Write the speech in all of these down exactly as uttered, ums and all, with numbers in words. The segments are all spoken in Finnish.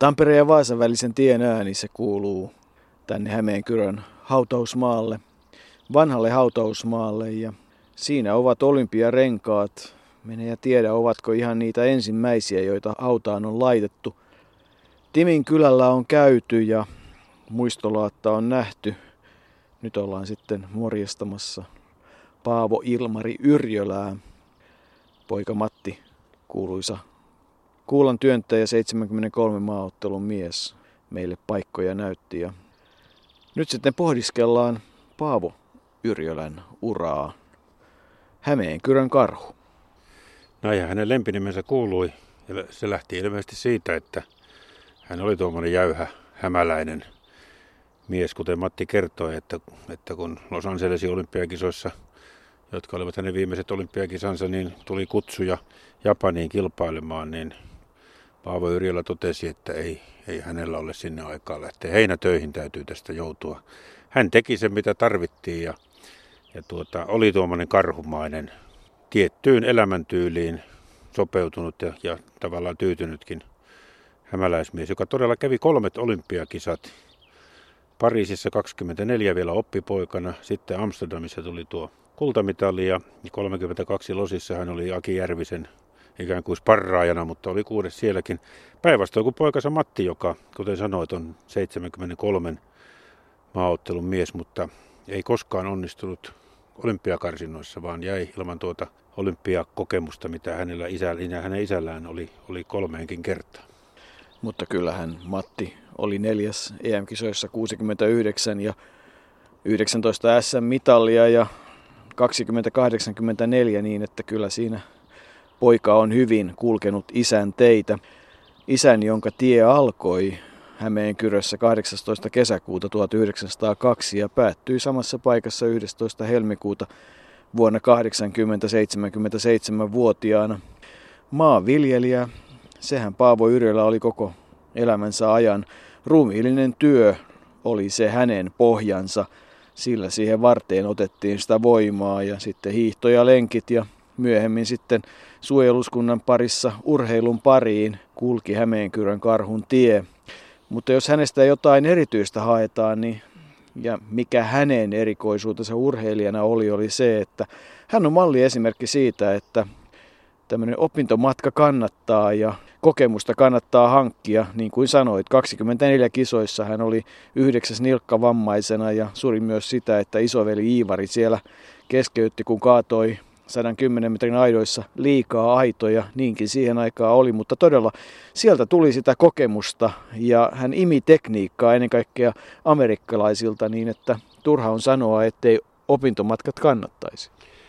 Tampereen ja Vaasan välisen tien ääni, se kuuluu tänne Hämeenkyrön hautausmaalle, vanhalle hautausmaalle, ja siinä ovat olympiarenkaat. Mene ja tiedä, ovatko ihan niitä ensimmäisiä, joita hautaan on laitettu. Timin kylällä on käyty ja muistolaatta on nähty. Nyt ollaan sitten morjestamassa Paavo Ilmari Yrjölää. Poika Matti, kuuluisa kuulan työntäjä, seitsemänkymmentäkolme maaottelun mies, meille paikkoja näytti. Ja nyt sitten pohdiskellaan Paavo Yrjölän uraa. Hämeenkyrön karhu. Näinhän hänen lempinimensä kuului. Ja se lähti ilmeisesti siitä, että hän oli tuommoinen jäyhä, hämäläinen mies, kuten Matti kertoi, että, että kun Los Angelesin olympiakisoissa, jotka olivat hänen viimeiset olympiakisansa, niin tuli kutsuja Japaniin kilpailemaan, niin Paavo Yrjölä totesi, että ei, ei hänellä ole sinne aikaa lähteä. Heinätöihin täytyy tästä joutua. Hän teki sen, mitä tarvittiin, ja, ja tuota, oli tuommoinen karhumainen, tiettyyn elämäntyyliin sopeutunut ja, ja tavallaan tyytynytkin hämäläismies, joka todella kävi kolmet olympiakisat. Pariisissa kaksikymmentäneljä vielä oppipoikana, sitten Amsterdamissa tuli tuo kultamitali ja kolmekymmentäkaksi Losissa hän oli Aki Järvisen ikään kuin sparraajana, mutta oli kuudes sielläkin. Päinvastoin kuin poikansa Matti, joka, kuten sanoit, on seitsemänkymmentäkolme maaottelun mies, mutta ei koskaan onnistunut olympiakarsinnoissa, vaan jäi ilman tuota olympiakokemusta, mitä hänellä isällä, ja hänen isällään oli, oli kolmeenkin kertaa. Mutta kyllähän Matti oli neljäs E M-kisoissa kuusikymmentäyhdeksän ja yhdeksäntoista S M-mitalia ja kaksikymmentä kahdeksankymmentäneljä, niin että kyllä siinä poika on hyvin kulkenut isän teitä. Isän, jonka tie alkoi Hämeenkyrössä kahdeksastoista kesäkuuta tuhatyhdeksänsataakaksi ja päättyi samassa paikassa yhdestoista helmikuuta vuonna kahdeksankymmentä seitsemänkymmentäseitsemän-vuotiaana. Maanviljelijä, sehän Paavo Yrjölä oli koko elämänsä ajan. Ruumiillinen työ oli se hänen pohjansa, sillä siihen varteen otettiin sitä voimaa ja sitten hiihto ja lenkit ja myöhemmin sitten suojeluskunnan parissa urheilun pariin kulki Hämeenkyrön karhun tie. Mutta jos hänestä jotain erityistä haetaan, niin ja mikä hänen erikoisuutensa urheilijana oli, oli se, että hän on malliesimerkki siitä, että tämmöinen opintomatka kannattaa ja kokemusta kannattaa hankkia. Niin kuin sanoit, kaksikymmentäneljä kisoissa hän oli yhdeksäs nilkkavammaisena ja suri myös sitä, että isoveli Iivari siellä keskeytti, kun kaatoi sata kymmenen metrin aidoissa liikaa aitoja, niinkin siihen aikaan oli, mutta todella sieltä tuli sitä kokemusta ja hän imi tekniikkaa ennen kaikkea amerikkalaisilta niin, että turha on sanoa, ettei opintomatkat kannattaisi.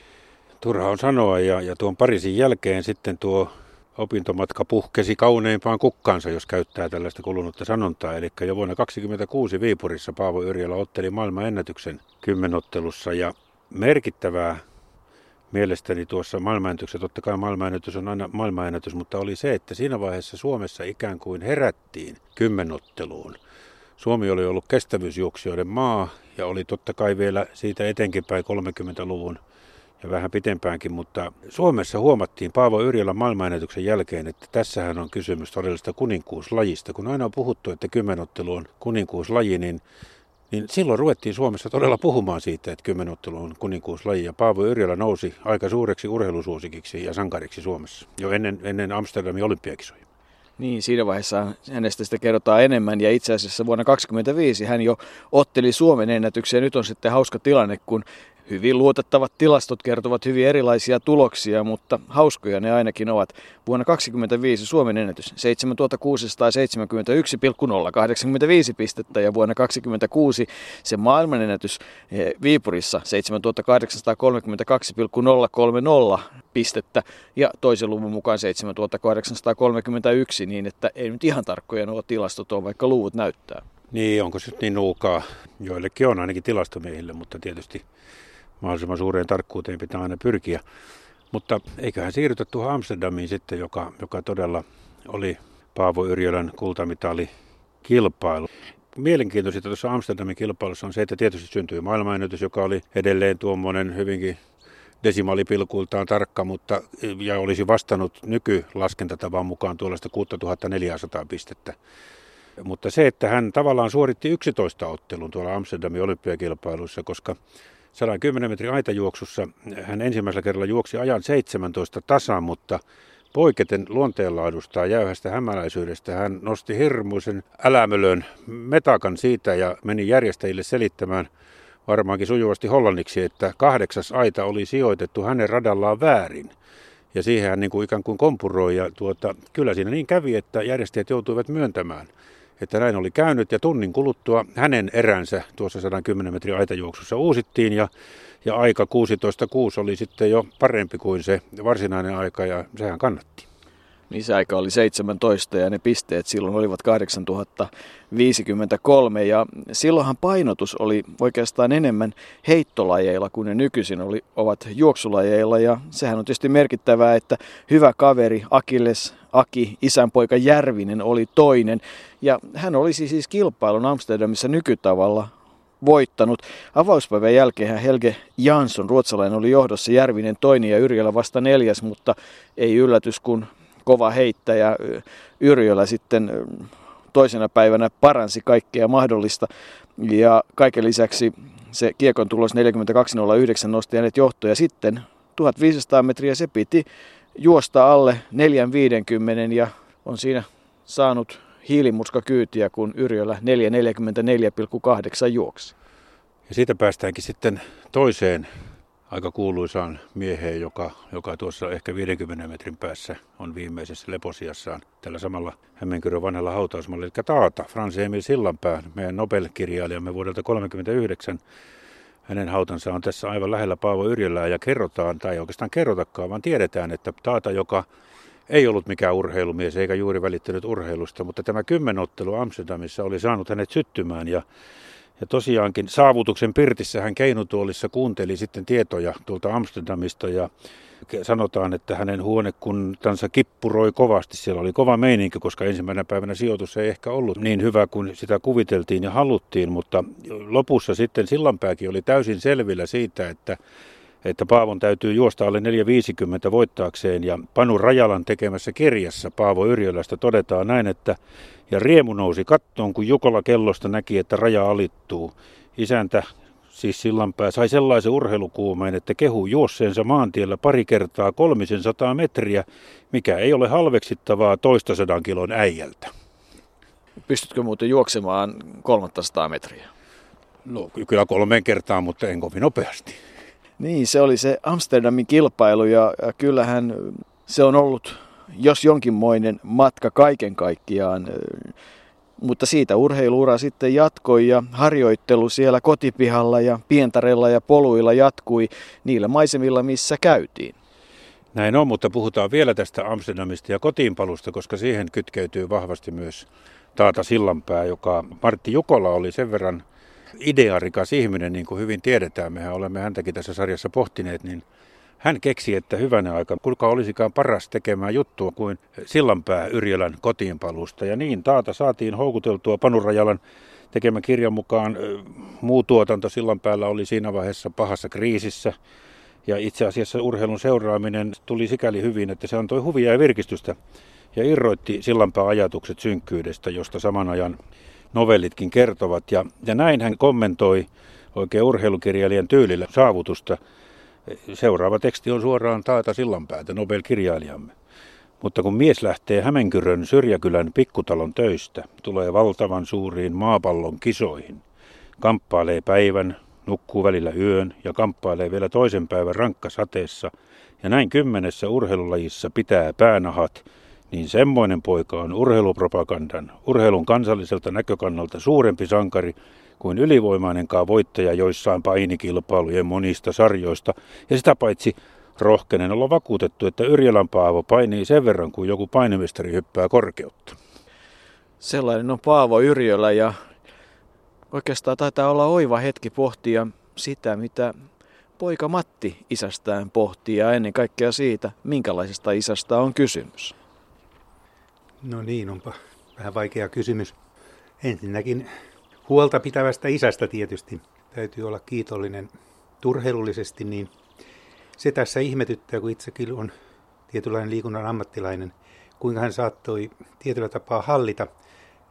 Turha on sanoa ja, ja tuon Pariisin jälkeen sitten tuo opintomatka puhkesi kauneimpaan kukkaansa, jos käyttää tällaista kulunutta sanontaa. Eli jo vuonna tuhatyhdeksänsataakaksikymmentäkuusi Viipurissa Paavo Yrjölä otteli maailmanennätyksen kymmenottelussa ja merkittävää mielestäni tuossa maailmanennätyksessä, totta kai maailmanennätys on aina maailmanennätys, mutta oli se, että siinä vaiheessa Suomessa ikään kuin herättiin kymmenotteluun. Suomi oli ollut kestävyysjuoksijoiden maa ja oli totta kai vielä siitä etenkin päin kolmekymmentäluvun ja vähän pitempäänkin, mutta Suomessa huomattiin Paavo Yrjölän maailmanennätyksen jälkeen, että tässähän on kysymys todellista kuninkuuslajista. Kun aina on puhuttu, että kymmenottelu on kuninkuuslaji, niin Niin silloin ruvettiin Suomessa todella puhumaan siitä, että kymmenottelu on kuninkuuslaji. Ja Paavo Yrjölä nousi aika suureksi urheilusuosikiksi ja sankariksi Suomessa jo ennen, ennen Amsterdamin olympiakisoja. Niin, siinä vaiheessa hänestä sitä kerrotaan enemmän ja itse asiassa vuonna tuhatyhdeksänsataakaksikymmentäviisi hän jo otteli Suomen ennätyksiä. Nyt on sitten hauska tilanne, kun hyvin luotettavat tilastot kertovat hyvin erilaisia tuloksia, mutta hauskoja ne ainakin ovat. Vuonna tuhatyhdeksänsataakaksikymmentäviisi Suomen ennätys seitsemäntuhatta kuusisataaseitsemänkymmentäyksi pilkku nolla kahdeksankymmentäviisi pistettä ja vuonna tuhatyhdeksänsataakaksikymmentäkuusi se maailmanennätys Viipurissa seitsemäntuhatta kahdeksansataakolmekymmentäkaksi pilkku nolla kolmekymmentä pistettä ja toisen luvun mukaan seitsemäntuhatta kahdeksansataakolmekymmentäyksi, niin että ei nyt ihan tarkkoja nuo tilastot ole, vaikka luvut näyttää. Niin, onko se niin nuukaa? Joillekin on ainakin tilastomiehille, mutta tietysti mahdollisimman suureen tarkkuuteen pitää aina pyrkiä. Mutta eiköhän siirrytä tuohon Amsterdamiin sitten, joka, joka todella oli Paavo Yrjölän kultamitali kilpailu. Mielenkiintoista tuossa Amsterdamin kilpailussa on se, että tietysti syntyi maailmanennätys, joka oli edelleen tuommoinen hyvinkin desimaalipilkuiltaan tarkka, mutta ja olisi vastannut nykylaskentatavan mukaan tuollaista kuusituhattaneljäsataa pistettä. Mutta se, että hän tavallaan suoritti yksitoista ottelun tuolla Amsterdamin olympiakilpailuissa, koska sata kymmenen metrin aitajuoksussa hän ensimmäisellä kerralla juoksi ajan seitsemäntoista tasan, mutta poiketen luonteenlaadusta ja jäyhästä hämäläisyydestä hän nosti hirmuisen älämölön metakan siitä ja meni järjestäjille selittämään varmaankin sujuvasti hollanniksi, että kahdeksas aita oli sijoitettu hänen radallaan väärin. Ja siihen hän niin kuin ikään kuin kompuroi ja tuota, kyllä siinä niin kävi, että järjestäjät joutuivat myöntämään, että näin oli käynyt ja tunnin kuluttua hänen eränsä tuossa sata kymmenen metrin aitajuoksussa uusittiin ja, ja aika kuusitoista kuusi oli sitten jo parempi kuin se varsinainen aika ja sehän kannatti. Niin se aika oli seitsemäntoista ja ne pisteet silloin olivat kahdeksantuhatta viisikymmentäkolme ja silloinhan painotus oli oikeastaan enemmän heittolajeilla kuin ne nykyisin oli, ovat juoksulajeilla ja sehän on tietysti merkittävää, että hyvä kaveri Akilles Aki, isänpoika Järvinen oli toinen ja hän olisi siis kilpailun Amsterdamissa nykytavalla voittanut. Avauspäivän jälkeen Helge Jansson, ruotsalainen, oli johdossa, Järvinen toinen ja Yrjölä vasta neljäs, mutta ei yllätys kun kova heittäjä Yrjölä sitten toisena päivänä paransi kaikkea mahdollista ja kaiken lisäksi se kiekon tulos neljäkymmentäkaksi nolla yhdeksän nosti hänet johtoon ja sitten tuhatviisisataa metriä se piti juosta alle neljä viisikymmentä ja on siinä saanut hiilimurska kyytiä, kun Yrjölä neljä neljäkymmentäneljä pilkku kahdeksan juoksi. Ja siitä päästäänkin sitten toiseen aika kuuluisaan mieheen, joka, joka tuossa ehkä viidenkymmenen metrin päässä on viimeisessä leposiassaan tällä samalla Hämeenkyrön vanhalla hautausmaalla, eli Taata, Frans Emil Sillanpää, meidän Nobel-kirjailijamme vuodelta tuhatyhdeksänsataakolmekymmentäyhdeksän. Hänen hautansa on tässä aivan lähellä Paavo Yrjölää ja kerrotaan, tai ei oikeastaan kerrotakaan, vaan tiedetään, että Taata, joka ei ollut mikään urheilumies eikä juuri välittänyt urheilusta, mutta tämä kymmenottelu Amsterdamissa oli saanut hänet syttymään ja Ja tosiaankin saavutuksen pirtissä hän keinutuolissa kuunteli sitten tietoja tuolta Amsterdamista ja sanotaan, että hänen huonekuntansa kippuroi kovasti. Siellä oli kova meininki, koska ensimmäisenä päivänä sijoitus ei ehkä ollut niin hyvä kuin sitä kuviteltiin ja haluttiin, mutta lopussa sitten Sillanpääkin oli täysin selvillä siitä, että että Paavon täytyy juosta alle neljä viisikymmentä voittaakseen ja Panu Rajalan tekemässä kirjassa Paavo Yrjölästä todetaan näin, että ja riemu nousi kattoon, kun Jukola kellosta näki, että raja alittuu. Isäntä, siis Sillanpää, sai sellaisen urheilukuumeen, että kehu juosseensa maantiellä pari kertaa kolmisen sataa metriä, mikä ei ole halveksittavaa toista sadan kilon äijältä. Pystytkö muuten juoksemaan kolmesataa metriä? No kyllä kolmeen kertaan, mutta en kovin nopeasti. Niin, se oli se Amsterdamin kilpailu ja, ja kyllähän se on ollut jos jonkinmoinen matka kaiken kaikkiaan, mutta siitä urheiluura sitten jatkoi ja harjoittelu siellä kotipihalla ja pientarella ja poluilla jatkui niillä maisemilla, missä käytiin. Näin on, mutta puhutaan vielä tästä Amsterdamista ja kotiinpalusta, koska siihen kytkeytyy vahvasti myös Taata Sillanpää, joka Martti Jukola oli sen verran idearikas ihminen, niin kuin hyvin tiedetään, mehän olemme häntäkin tässä sarjassa pohtineet, niin hän keksi, että hyvänä aika, kuinka olisikaan paras tekemään juttua kuin Sillanpää Yrjölän kotiinpalusta. Ja niin Taata saatiin houkuteltua Panu Rajalan tekemän kirjan mukaan. Muu tuotanto Sillanpäällä oli siinä vaiheessa pahassa kriisissä. Ja itse asiassa urheilun seuraaminen tuli sikäli hyvin, että se antoi huvia ja virkistystä ja irroitti Sillanpään ajatukset synkkyydestä, josta saman ajan novellitkin kertovat. Ja, ja näin hän kommentoi oikein urheilukirjailijan tyylillä saavutusta. Seuraava teksti on suoraan Taata Sillanpäätä, Nobel-kirjailijamme. Mutta kun mies lähtee Hämeenkyrön Syrjäkylän pikkutalon töistä, tulee valtavan suuriin maapallon kisoihin. Kamppailee päivän, nukkuu välillä yön ja kamppailee vielä toisen päivän rankkasateessa. Ja näin kymmenessä urheilulajissa pitää päänahat, niin semmoinen poika on urheilupropagandan, urheilun kansalliselta näkökannalta suurempi sankari kuin ylivoimainenkaan voittaja joissain painikilpailujen monista sarjoista. Ja sitä paitsi rohkenen olla vakuutettu, että Yrjölän Paavo painii sen verran, kuin joku painemestari hyppää korkeutta. Sellainen on Paavo Yrjölä ja oikeastaan taitaa olla oiva hetki pohtia sitä, mitä poika Matti isästään pohtii ja ennen kaikkea siitä, minkälaisesta isästä on kysymys. No niin, onpa vähän vaikea kysymys. Ensinnäkin huolta pitävästä isästä tietysti täytyy olla kiitollinen urheilullisesti, niin se tässä ihmetyttää, kun itsekin on tietynlainen liikunnan ammattilainen, kuinka hän saattoi tietyllä tapaa hallita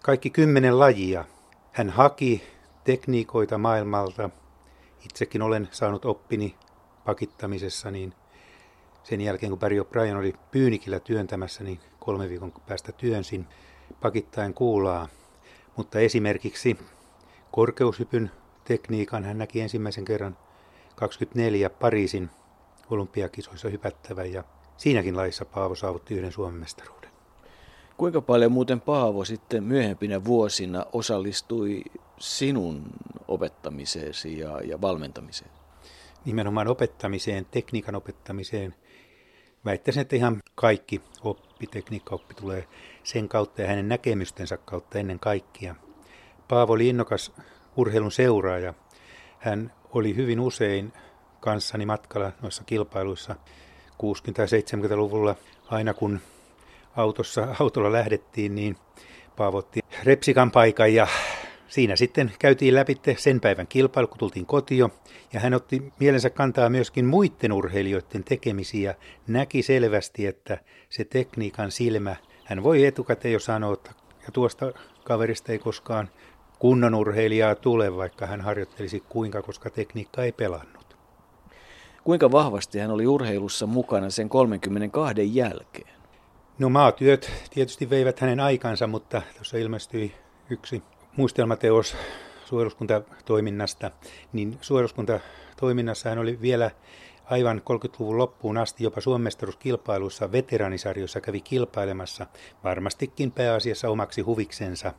kaikki kymmenen lajia. Hän haki tekniikoita maailmalta. Itsekin olen saanut oppini pakittamisessa, niin sen jälkeen kun Barry O'Brien oli Pyynikillä työntämässä, niin kolme viikon päästä työnsin pakittaen kuulaa. Mutta esimerkiksi korkeushypyn tekniikan hän näki ensimmäisen kerran kaksikymmentäneljä Pariisin olympiakisoissa hypättävän ja siinäkin lajissa Paavo saavutti yhden Suomen mestaruuden. Kuinka paljon muuten Paavo sitten myöhempinä vuosina osallistui sinun opettamiseesi ja, ja valmentamiseen? Nimenomaan opettamiseen, tekniikan opettamiseen. Väittäisin, että ihan kaikki oppi, tekniikkaoppi tulee sen kautta ja hänen näkemystensä kautta ennen kaikkea. Paavo oli innokas urheilun seuraaja. Hän oli hyvin usein kanssani matkalla noissa kilpailuissa kuusikymmentä- ja seitsemänkymmentäluvulla. Aina kun autossa, autolla lähdettiin, niin Paavo otti repsikan paikan ja siinä sitten käytiin läpi sen päivän kilpailu, kun tultiin kotiin. Ja hän otti mielensä kantaa myöskin muiden urheilijoiden tekemisiä. Näki selvästi, että se tekniikan silmä, hän voi etukäteen jo sanoa, että ja tuosta kaverista ei koskaan kunnon urheilijaa tule, vaikka hän harjoittelisi kuinka, koska tekniikka ei pelannut. Kuinka vahvasti hän oli urheilussa mukana sen kolmekymmentäkaksi jälkeen? No maatyöt tietysti veivät hänen aikansa, mutta tuossa ilmestyi yksi muistelmateos suojeluskuntatoiminnasta, niin suojeluskuntatoiminnassa hän oli vielä aivan kolmekymmentäluvun loppuun asti jopa Suomen mestaruuskilpailuissa veteraanisarjoissa kävi kilpailemassa, varmastikin pääasiassa omaksi huviksensa.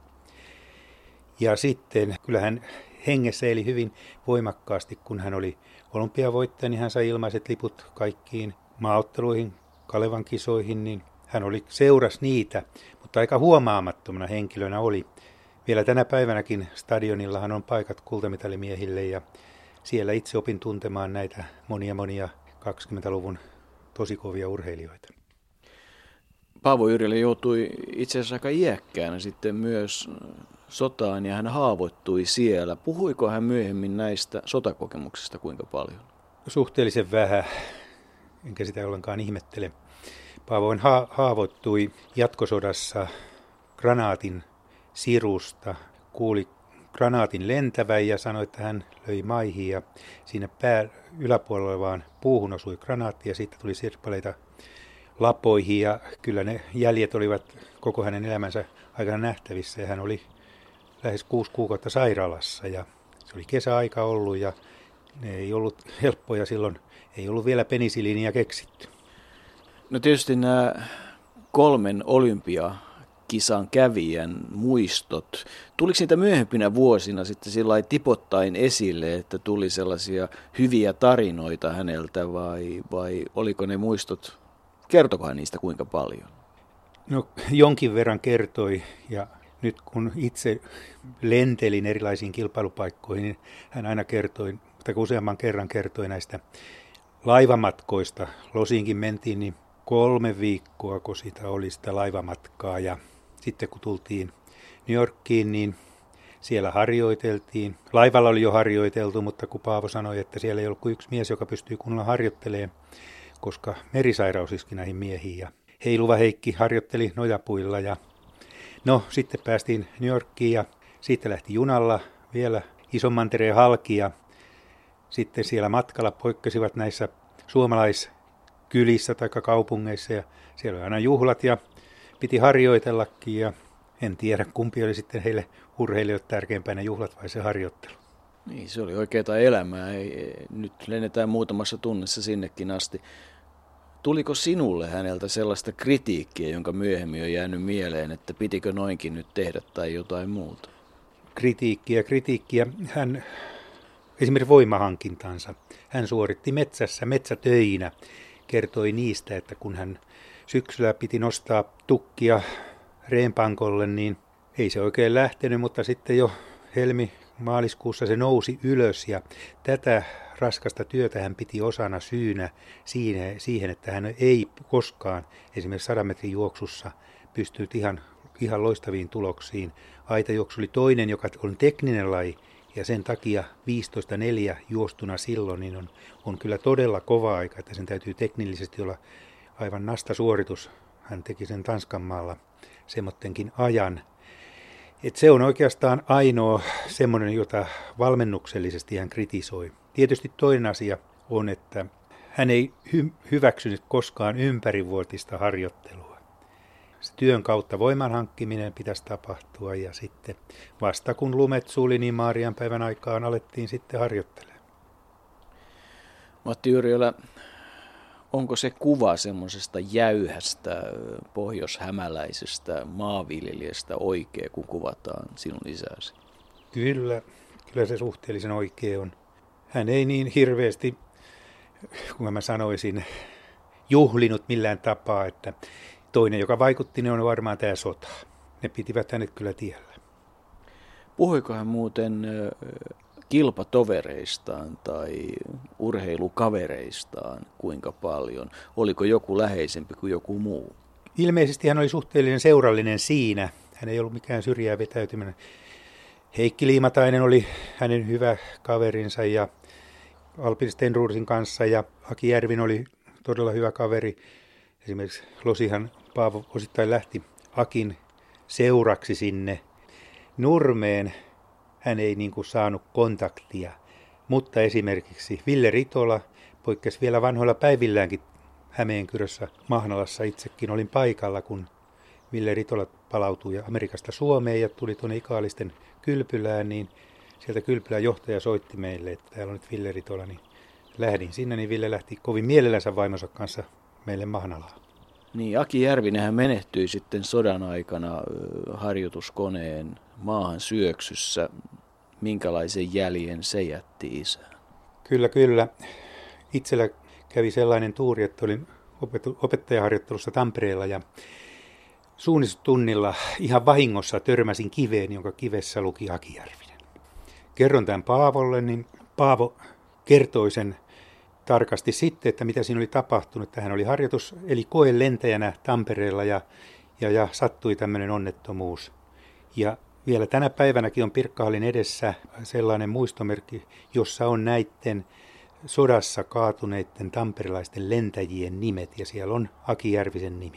Ja sitten kyllähän hengessä eli hyvin voimakkaasti, kun hän oli olympiavoittaja, niin hän sai ilmaiset liput kaikkiin maaotteluihin, Kalevan kisoihin, niin hän oli seuras niitä, mutta aika huomaamattomana henkilönä oli. Vielä tänä päivänäkin stadionillahan on paikat kultamitallimiehille ja siellä itse opin tuntemaan näitä monia monia kaksikymmentäluvun tosi kovia urheilijoita. Paavo Yrjölä joutui itse asiassa aika iäkkäänä sitten myös sotaan ja hän haavoittui siellä. Puhuiko hän myöhemmin näistä sotakokemuksista kuinka paljon? Suhteellisen vähän, enkä sitä ollenkaan ihmettele. Paavo ha- haavoittui jatkosodassa granaatin sirusta, kuuli granaatin lentävän ja sanoi, että hän löi maihin ja siinä pää yläpuolella olevaan puuhun osui granaatti ja siitä tuli sirpaleita lapoihin ja kyllä ne jäljet olivat koko hänen elämänsä aikana nähtävissä ja hän oli lähes kuusi kuukautta sairaalassa ja se oli kesäaika ollut ja ne ei ollut helppoja silloin, ei ollut vielä penisiliiniä keksitty. No tietysti nämä kolmen olympiakisan kävijän muistot, tuliko niitä myöhempinä vuosina sitten sillä tipottain esille, että tuli sellaisia hyviä tarinoita häneltä vai, vai oliko ne muistot, kertokohan niistä kuinka paljon? No jonkin verran kertoi ja nyt kun itse lentelin erilaisiin kilpailupaikkoihin, niin hän aina kertoi, tai useamman kerran kertoi näistä laivamatkoista. Losiinkin mentiin, niin kolme viikkoa, kun sitä oli sitä laivamatkaa. Ja sitten kun tultiin New Yorkiin, niin siellä harjoiteltiin. Laivalla oli jo harjoiteltu, mutta kun Paavo sanoi, että siellä ei ollut kuin yksi mies, joka pystyy kunnolla harjoittelemaan, koska merisairaus iski näihin miehiin. Ja Heiluva Heikki harjoitteli nojapuilla ja no sitten päästiin New Yorkiin ja siitä lähti junalla vielä Isonmantereen halki ja sitten siellä matkalla poikkesivat näissä suomalaiskylissä tai kaupungeissa ja siellä oli aina juhlat ja piti harjoitellakin ja en tiedä kumpi oli sitten heille urheilijoille tärkeämpänä juhlat vai se harjoittelu. Niin, se oli oikeaa elämää. Ei, nyt lennetään muutamassa tunnissa sinnekin asti. Tuliko sinulle häneltä sellaista kritiikkiä, jonka myöhemmin on jäänyt mieleen, että pitikö noinkin nyt tehdä tai jotain muuta? Kritiikkiä, kritiikkiä. Hän esimerkiksi voimahankintansa. Hän suoritti metsässä metsätöinä. Kertoi niistä, että kun hän syksyllä piti nostaa tukkia reenpankolle, niin ei se oikein lähtenyt, mutta sitten jo helmi-maaliskuussa se nousi ylös ja tätä raskasta työtä hän piti osana syynä siihen, että hän ei koskaan esimerkiksi sadan metrin juoksussa pystynyt ihan, ihan loistaviin tuloksiin. Aitajuoksu oli toinen, joka on tekninen laji ja sen takia viisitoista neljä juostuna silloin niin on, on kyllä todella kova aika, että sen täytyy teknillisesti olla aivan nasta suoritus. Hän teki sen Tanskan maalla semmoittenkin ajan. Et se on oikeastaan ainoa semmoinen, jota valmennuksellisesti hän kritisoi. Tietysti toinen asia on, että hän ei hy- hyväksynyt koskaan ympärivuotista harjoittelua. Se työn kautta voiman hankkiminen pitäisi tapahtua ja sitten vasta kun lumet suli, niin Maarian päivän aikaan alettiin sitten harjoittelemaan. Matti Yrjölä, onko se kuva semmoisesta jäyhästä pohjoishämäläisestä maanviljelijästä oikea, kun kuvataan sinun isäsi? Kyllä, kyllä se suhteellisen oikea on. Hän ei niin hirveästi, kun mä sanoisin, juhlinut millään tapaa, että toinen, joka vaikutti, ne on varmaan tämä sota. Ne pitivät hänet kyllä tiellä. Puhuiko hän muuten kilpatovereistaan tai urheilukavereistaan kuinka paljon? Oliko joku läheisempi kuin joku muu? Ilmeisesti hän oli suhteellinen seurallinen siinä. Hän ei ollut mikään syrjää vetäytyminen. Heikki Liimatainen oli hänen hyvä kaverinsa ja Albin Stenrudsin kanssa ja Aki Järvin oli todella hyvä kaveri. Esimerkiksi Losihan Paavo osittain lähti Akin seuraksi sinne Nurmeen. Hän ei niin kuin saanut kontaktia, mutta esimerkiksi Ville Ritola poikkesi vielä vanhoilla päivilläänkin Hämeenkyrössä Mahnalassa. Itsekin olin paikalla, kun Ville Ritola palautui Amerikasta Suomeen ja tuli tuonne Ikaalisten kylpylään, niin sieltä kylpylän johtaja soitti meille, että täällä on nyt Ville Ritola, niin lähdin sinne, niin Ville lähti kovin mielellänsä vaimonsa kanssa meille Mahnalaan. Niin, Aki Järvinenhän menehtyi sitten sodan aikana harjoituskoneen maahan syöksyssä. Minkälaisen jäljen se jätti isään? Kyllä, kyllä. Itsellä kävi sellainen tuuri, että olin opettajaharjoittelussa Tampereella ja suunnistustunnilla ihan vahingossa törmäsin kiveen, jonka kivessä luki Aki Järvinen. Kerron tämän Paavolle, niin Paavo kertoi sen tarkasti sitten, että mitä siinä oli tapahtunut. Että hän oli harjoitus, eli koelentäjänä Tampereella ja, ja, ja sattui tämmöinen onnettomuus. Ja vielä tänä päivänäkin on Pirkkahallin edessä sellainen muistomerkki, jossa on näiden sodassa kaatuneiden tamperilaisten lentäjien nimet ja siellä on Aki Järvisen nimi.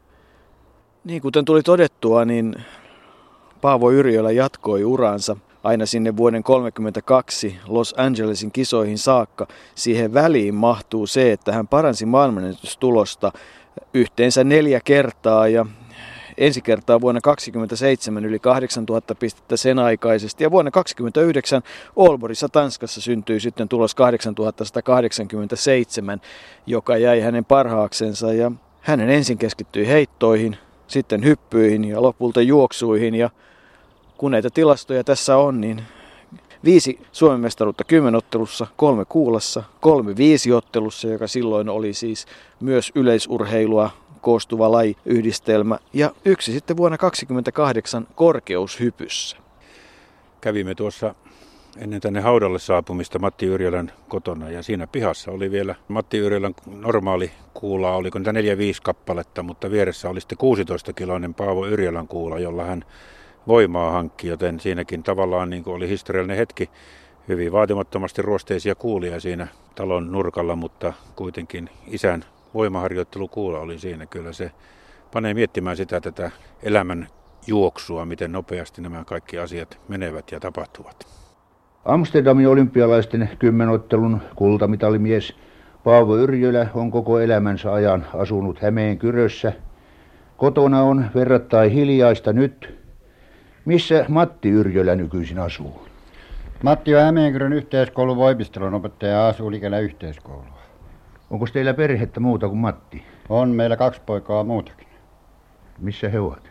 Niin, kuten tuli todettua, niin Paavo Yrjölä jatkoi uransa aina sinne vuoden tuhatyhdeksänsataakolmekymmentäkaksi Los Angelesin kisoihin saakka. Siihen väliin mahtuu se, että hän paransi maailmanennätystulosta yhteensä neljä kertaa ja ensi kertaa vuonna kaksikymmentäseitsemän yli kahdeksantuhatta pistettä sen aikaisesti ja vuonna kaksikymmentäyhdeksän Aalborgissa Tanskassa syntyi sitten tulos kahdeksantuhatta sata kahdeksankymmentäseitsemän, joka jäi hänen parhaaksensa ja hänen ensin keskittyi heittoihin, sitten hyppyihin ja lopulta juoksuihin ja kun näitä tilastoja tässä on, niin viisi Suomen mestaruutta kymmenottelussa, kolme kuulassa, kolme viisiottelussa, joka silloin oli siis myös yleisurheilua koostuva lajiyhdistelmä ja yksi sitten vuonna kaksikymmentäkahdeksan korkeushypyssä. Kävimme tuossa ennen tänne haudalle saapumista Matti Yrjölän kotona ja siinä pihassa oli vielä Matti Yrjölän normaali kuula, oliko niitä neljä viisi kappaletta, mutta vieressä oli sitten kuusitoista-kiloinen Paavo Yrjölän kuula, jolla hän voimaa hankki, joten siinäkin tavallaan niin kuin oli historiallinen hetki, hyvin vaatimattomasti ruosteisia kuulia siinä talon nurkalla, mutta kuitenkin isän voimaharjoittelukuula oli siinä. Kyllä se panee miettimään sitä tätä elämän juoksua, miten nopeasti nämä kaikki asiat menevät ja tapahtuvat. Amsterdamin olympialaisten kymmenottelun kultamitalimies Paavo Yrjölä on koko elämänsä ajan asunut Hämeenkyrössä. Kotona on verrattain hiljaista nyt. Missä Matti Yrjölä nykyisin asuu? Matti on Hämeenkyrön yhteiskoulun voimistelun opettaja ja asuu likellä yhteiskoulua. Onko teillä perhettä muuta kuin Matti? On meillä kaksi poikaa muutakin. Missä he ovat?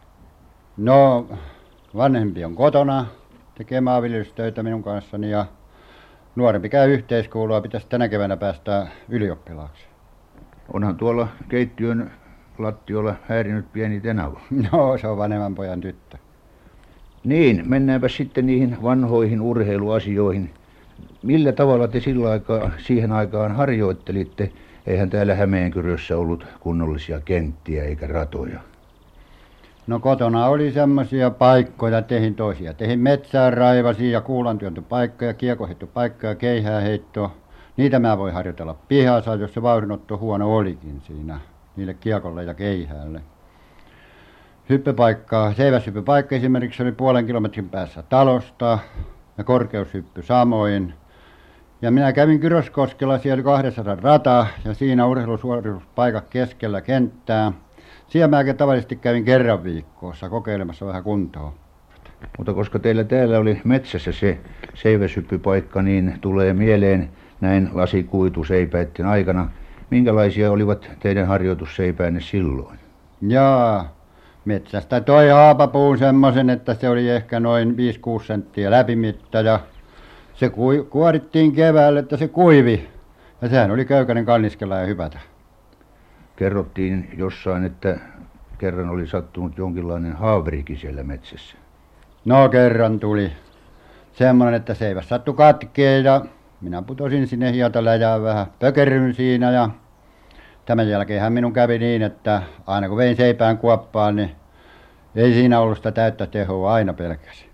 No, vanhempi on kotona, tekee maanviljelystöitä minun kanssani ja nuorempi käy yhteiskoulua, pitäisi tänä keväänä päästä ylioppilaaksi. Onhan tuolla keittiön lattiolla häirinyt pieni tenava. No, se on vanhemman pojan tyttö. Niin, mennäänpä sitten niihin vanhoihin urheiluasioihin. Millä tavalla te sillä aikaa, siihen aikaan harjoittelitte? Eihän täällä Hämeenkyrössä ollut kunnollisia kenttiä eikä ratoja. No kotona oli semmoisia paikkoja, tehin toisia. Tehin metsään raivasia ja kuulantyöntöpaikkoja, kiekoheittopaikkoja, keihääheittoa. Niitä mä voin harjoitella pihassa, jos se vauhdinotto huono olikin siinä, niille kiekolle ja keihäälle. hyppypaikkaa. Seiväshyppypaikka esimerkiksi oli puolen kilometrin päässä talosta ja korkeushyppy samoin. Ja minä kävin Kyröskoskella, siellä oli kahdensadan rata ja siinä urheilusuorituspaikat keskellä kenttää. Siellä mäkin tavallisesti kävin kerran viikossa kokeilemassa vähän kuntoa. Mutta koska teillä täällä oli metsässä se seiväshyppypaikka, niin tulee mieleen näin lasikuituseipäiden aikana. Minkälaisia olivat teidän harjoitusseipäänne silloin? Jaa, metsästä toi haapapuun semmoisen, että se oli ehkä noin viisi kuusi senttiä läpimitta ja se kui, kuorittiin keväällä, että se kuivi. Ja sehän oli köykäinen kanniskella ja hypätä. Kerrottiin jossain, että kerran oli sattunut jonkinlainen haaverikin siellä metsässä. No kerran tuli semmoinen, että seiväs sattui katkeen ja minä putosin sinne hietaläjään vähän. Pökerryn siinä ja tämän jälkeenhän minun kävi niin, että aina kun vein seipään kuoppaan, niin ei siinä ollut sitä täyttä tehoa, aina pelkäsi.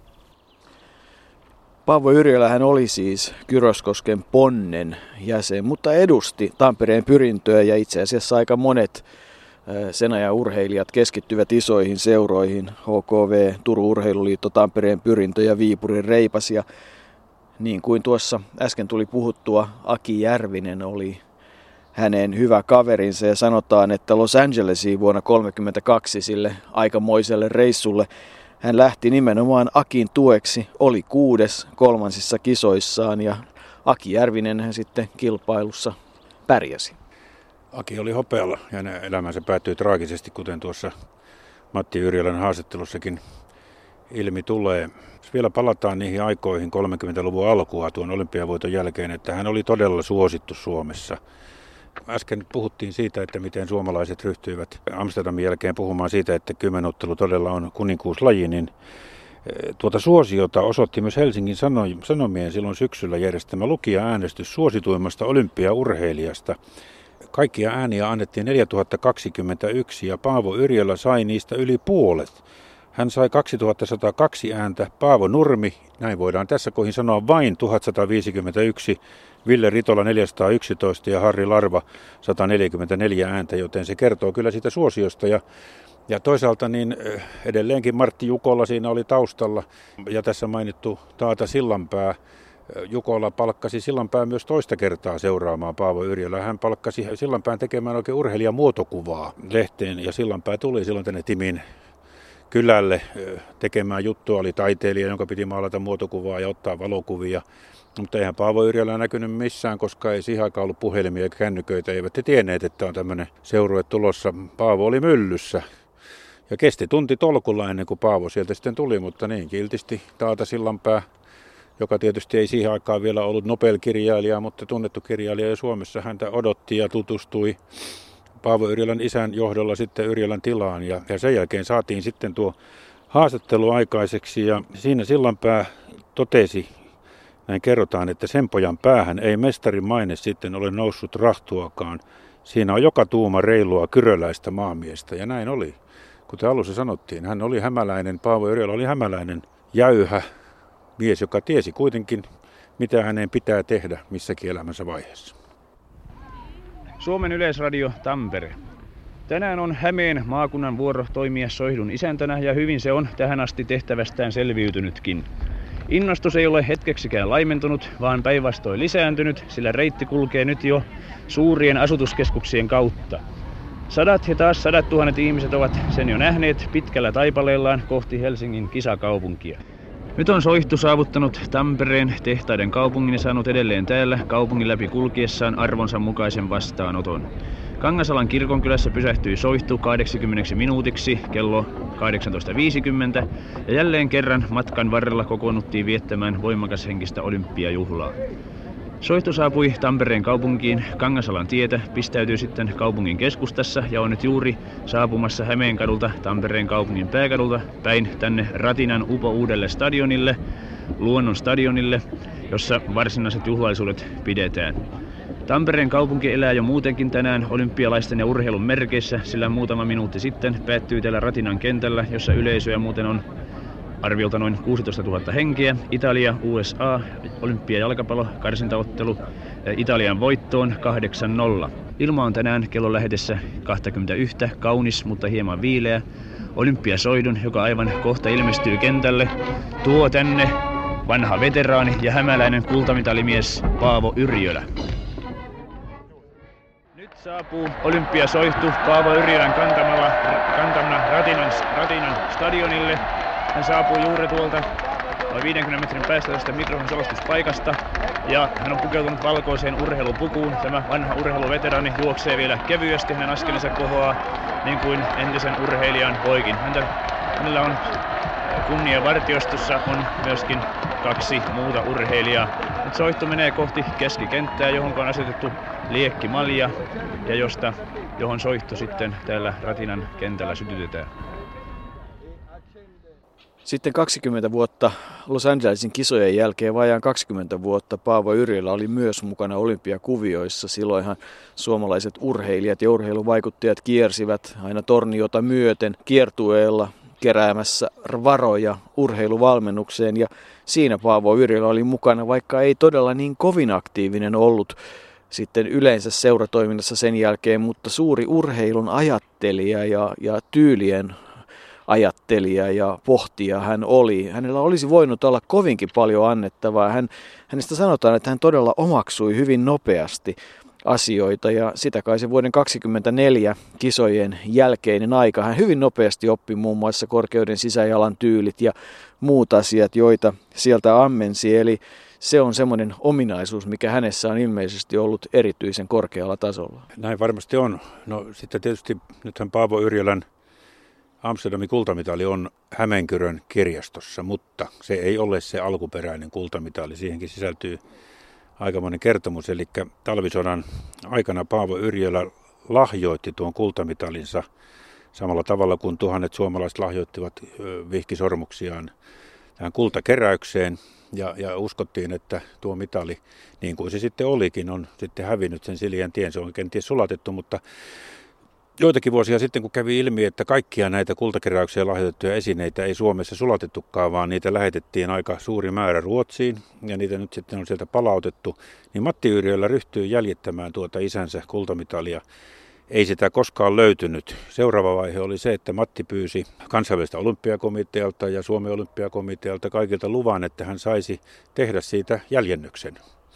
Paavo Yrjölä oli siis Kyröskosken Ponnen jäsen, mutta edusti Tampereen Pyrintöä ja itse asiassa aika monet sen ajan urheilijat keskittyvät isoihin seuroihin, H K V, Turun Urheiluliitto, Tampereen Pyrintö ja Viipurin Reipas. Ja niin kuin tuossa äsken tuli puhuttua, Aki Järvinen oli hänen hyvä kaverinsa ja sanotaan, että Los Angelesiin vuonna tuhatyhdeksänsataakolmekymmentäkaksi sille aikamoiselle reissulle hän lähti nimenomaan Akin tueksi, oli kuudes kolmansissa kisoissaan ja Aki Järvinen hän sitten kilpailussa pärjäsi. Aki oli hopealla ja hänen elämänsä päättyi traagisesti, kuten tuossa Matti Yrjölän haastattelussakin ilmi tulee. Vielä palataan niihin aikoihin kolmekymmentäluvun alkua tuon olympiavoiton jälkeen, että hän oli todella suosittu Suomessa. Äsken puhuttiin siitä, että miten suomalaiset ryhtyivät Amsterdamin jälkeen puhumaan siitä, että kymmenuttelu todella on kuninkuuslaji, niin tuota suosiota osoitti myös Helsingin Sanomien silloin syksyllä järjestämä lukija-äänestys suosituimmasta olympiaurheilijasta. Kaikkia ääniä annettiin neljätuhatta kaksikymmentäyksi ja Paavo Yrjölä sai niistä yli puolet. Hän sai kaksituhattasatakaksi ääntä, Paavo Nurmi, näin voidaan tässä kohin sanoa vain tuhatsataviisikymmentäyksi, Ville Ritola neljäsataayksitoista ja Harri Larva sata neljäkymmentäneljä ääntä, joten se kertoo kyllä siitä suosiosta. Ja, ja toisaalta niin edelleenkin Martti Jukola siinä oli taustalla ja tässä mainittu Taata Sillanpää. Jukola palkkasi Sillanpää myös toista kertaa seuraamaan Paavo Yrjölä. Hän palkkasi Sillanpään tekemään oikein urheilijamuotokuvaa lehteen ja Sillanpää tuli silloin tänne Timin kylälle tekemään juttua. Oli taiteilija, jonka piti maalata muotokuvaa ja ottaa valokuvia. Mutta eihän Paavo Yrjölä näkynyt missään, koska ei siihen aikaan ollut puhelimia eikä kännyköitä. Eivät te tienneet, että on tämmöinen seurue tulossa. Paavo oli myllyssä. Ja kesti tunti tolkulla ennen kuin Paavo sieltä sitten tuli, mutta niin kiltisti Taata Sillanpää, joka tietysti ei siihen aikaan vielä ollut Nobel-kirjailija, mutta tunnettu kirjailija ja Suomessa häntä odotti ja tutustui Paavo Yrjölän isän johdolla sitten Yrjölän tilaan. Ja, ja sen jälkeen saatiin sitten tuo haastattelu aikaiseksi ja siinä Sillanpää totesi, näin kerrotaan, että sen pojan päähän ei mestarin maine sitten ole noussut rahtuakaan. Siinä on joka tuuma reilua kyröläistä maamiestä ja näin oli. Kuten alussa sanottiin, hän oli hämäläinen, Paavo Yrjölä oli hämäläinen jäyhä mies, joka tiesi kuitenkin, mitä hänen pitää tehdä missäkin elämänsä vaiheessa. Suomen Yleisradio Tampere. Tänään on Hämeen maakunnan vuoro toimia Soihdun isäntänä ja hyvin se on tähän asti tehtävästään selviytynytkin. Innostus ei ole hetkeksikään laimentunut, vaan päinvastoin lisääntynyt, sillä reitti kulkee nyt jo suurien asutuskeskuksien kautta. Sadat ja taas sadat tuhannet ihmiset ovat sen jo nähneet pitkällä taipaleellaan kohti Helsingin kisakaupunkia. Nyt on Soihtu saavuttanut Tampereen tehtaiden kaupungin ja saanut edelleen täällä kaupungin läpi kulkiessaan arvonsa mukaisen vastaanoton. Kangasalan kirkonkylässä pysähtyi Soihtu kahdeksankymmentä minuutiksi kello kahdeksantoista viisikymmentä ja jälleen kerran matkan varrella kokoonnuttiin viettämään voimakashenkistä olympiajuhlaa. Soihtu saapui Tampereen kaupunkiin Kangasalan tietä, pistäytyi sitten kaupungin keskustassa ja on nyt juuri saapumassa Hämeenkadulta Tampereen kaupungin pääkadulta päin tänne Ratinan Upo uudelle stadionille, Luonnon stadionille, jossa varsinaiset juhlallisuudet pidetään. Tampereen kaupunki elää jo muutenkin tänään olympialaisten ja urheilun merkeissä, sillä muutama minuutti sitten päättyi täällä Ratinan kentällä, jossa yleisöä muuten on arviolta noin kuusitoistatuhatta henkeä. Italia, U S A, olympiajalkapallo, karsintaottelu Italian voittoon kahdeksan nolla. Ilma on tänään kellon lähetessä kaksikymmentäyksi, kaunis, mutta hieman viileä. olympiasoidun, joka aivan kohta ilmestyy kentälle, tuo tänne vanha veteraani ja hämäläinen kultamitalimies Paavo Yrjölä. Nyt saapuu olympiasoihtu Paavo Yrjölän kantamalla, kantamana Ratinan, Ratinan stadionille. Hän saapuu juuri tuolta noin viidenkymmenen metrin päästä tästä mikrofonin selostuspaikasta. Ja hän on pukeutunut valkoiseen urheilupukuun. Tämä vanha urheiluveteraani juoksee vielä kevyesti. Hänen askelensa kohoaa niin kuin entisen urheilijan poikin. Häntä, hänellä on kunniavartiostossa on myöskin kaksi muuta urheilijaa. Nyt soihtu menee kohti keskikenttää, johon on asetettu liekkimalja ja josta, johon soihtu sitten täällä Ratinan kentällä sytytetään. Sitten kaksikymmentä vuotta Los Angelesin kisojen jälkeen, vajaan kaksikymmentä vuotta, Paavo Yrjölä oli myös mukana olympiakuvioissa. Silloinhan suomalaiset urheilijat ja urheiluvaikuttajat kiersivät aina Torniota myöten kiertueella keräämässä varoja urheiluvalmennukseen. Ja siinä Paavo Yrjölä oli mukana, vaikka ei todella niin kovin aktiivinen ollut sitten yleensä seuratoiminnassa sen jälkeen, mutta suuri urheilun ajattelija ja, ja tyylien ajattelija ja pohtija hän oli. Hänellä olisi voinut olla kovinkin paljon annettavaa. Hän, hänestä sanotaan, että hän todella omaksui hyvin nopeasti asioita ja sitä kai se vuoden kaksikymmentäneljä kisojen jälkeinen aika. Hän hyvin nopeasti oppi muun muassa korkeuden sisäjalan tyylit ja muut asiat, joita sieltä ammensi. Eli se on semmoinen ominaisuus, mikä hänessä on ilmeisesti ollut erityisen korkealla tasolla. Näin varmasti on. No sitten tietysti nythän Paavo Yrjölän Amsterdamin kultamitali on Hämeenkyrön kirjastossa, mutta se ei ole se alkuperäinen kultamitali. Siihenkin sisältyy aikamoinen kertomus. Eli talvisodan aikana Paavo Yrjölä lahjoitti tuon kultamitalinsa samalla tavalla kuin tuhannet suomalaiset lahjoittivat vihkisormuksiaan tähän kultakeräykseen. Ja, ja uskottiin, että tuo mitali, niin kuin se sitten olikin, on sitten hävinnyt sen Siljän tien. Se on kenties sulatettu, mutta joitakin vuosia sitten, kun kävi ilmi, että kaikkia näitä kultakeräyksiä lahjoitettuja esineitä ei Suomessa sulatettukaan, vaan niitä lähetettiin aika suuri määrä Ruotsiin, ja niitä nyt sitten on sieltä palautettu, niin Matti Yrjölä ryhtyi jäljittämään tuota isänsä kultamitalia. Ei sitä koskaan löytynyt. Seuraava vaihe oli se, että Matti pyysi kansainvälistä olympiakomitealta ja Suomen olympiakomitealta kaikilta luvan, että hän saisi tehdä siitä jäljennyksen.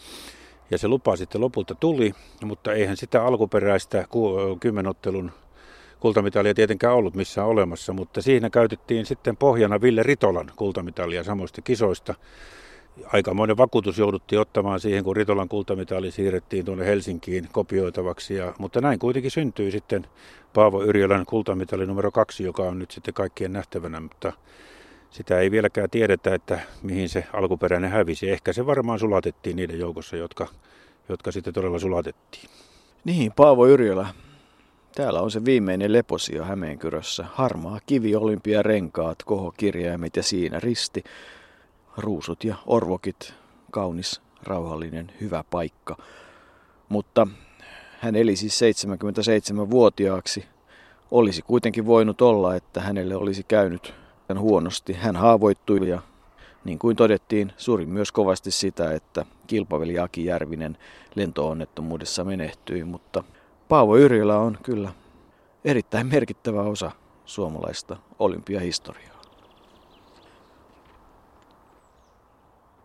Ja se lupa sitten lopulta tuli, mutta eihän sitä alkuperäistä kymmenottelun kultamitalia tietenkään ollut missään olemassa, mutta siinä käytettiin sitten pohjana Ville Ritolan kultamitalia samoista kisoista. Aikamoinen vakuutus jouduttiin ottamaan siihen, kun Ritolan kultamitali siirrettiin tuonne Helsinkiin kopioitavaksi, ja, mutta näin kuitenkin syntyi sitten Paavo Yrjölän kultamitali numero kaksi, joka on nyt sitten kaikkien nähtävänä, mutta sitä ei vieläkään tiedetä, että mihin se alkuperäinen hävisi. Ehkä se varmaan sulatettiin niiden joukossa, jotka, jotka sitten todella sulatettiin. Niin, Paavo Yrjölä. Täällä on se viimeinen leposija Hämeenkyrössä. Harmaa kivi, olympiarenkaat, kohokirjaimet ja siinä risti. Ruusut ja orvokit, kaunis, rauhallinen, hyvä paikka. Mutta hän eli siis seitsemänkymmentäseitsemänvuotiaaksi. Olisi kuitenkin voinut olla, että hänelle olisi käynyt huonosti. Hän haavoittui ja niin kuin todettiin, suri myös kovasti sitä, että kilpaveli Aki Järvinen lentoonnettomuudessa menehtyi. Mutta Paavo Yrjölä on kyllä erittäin merkittävä osa suomalaista olympiahistoriaa.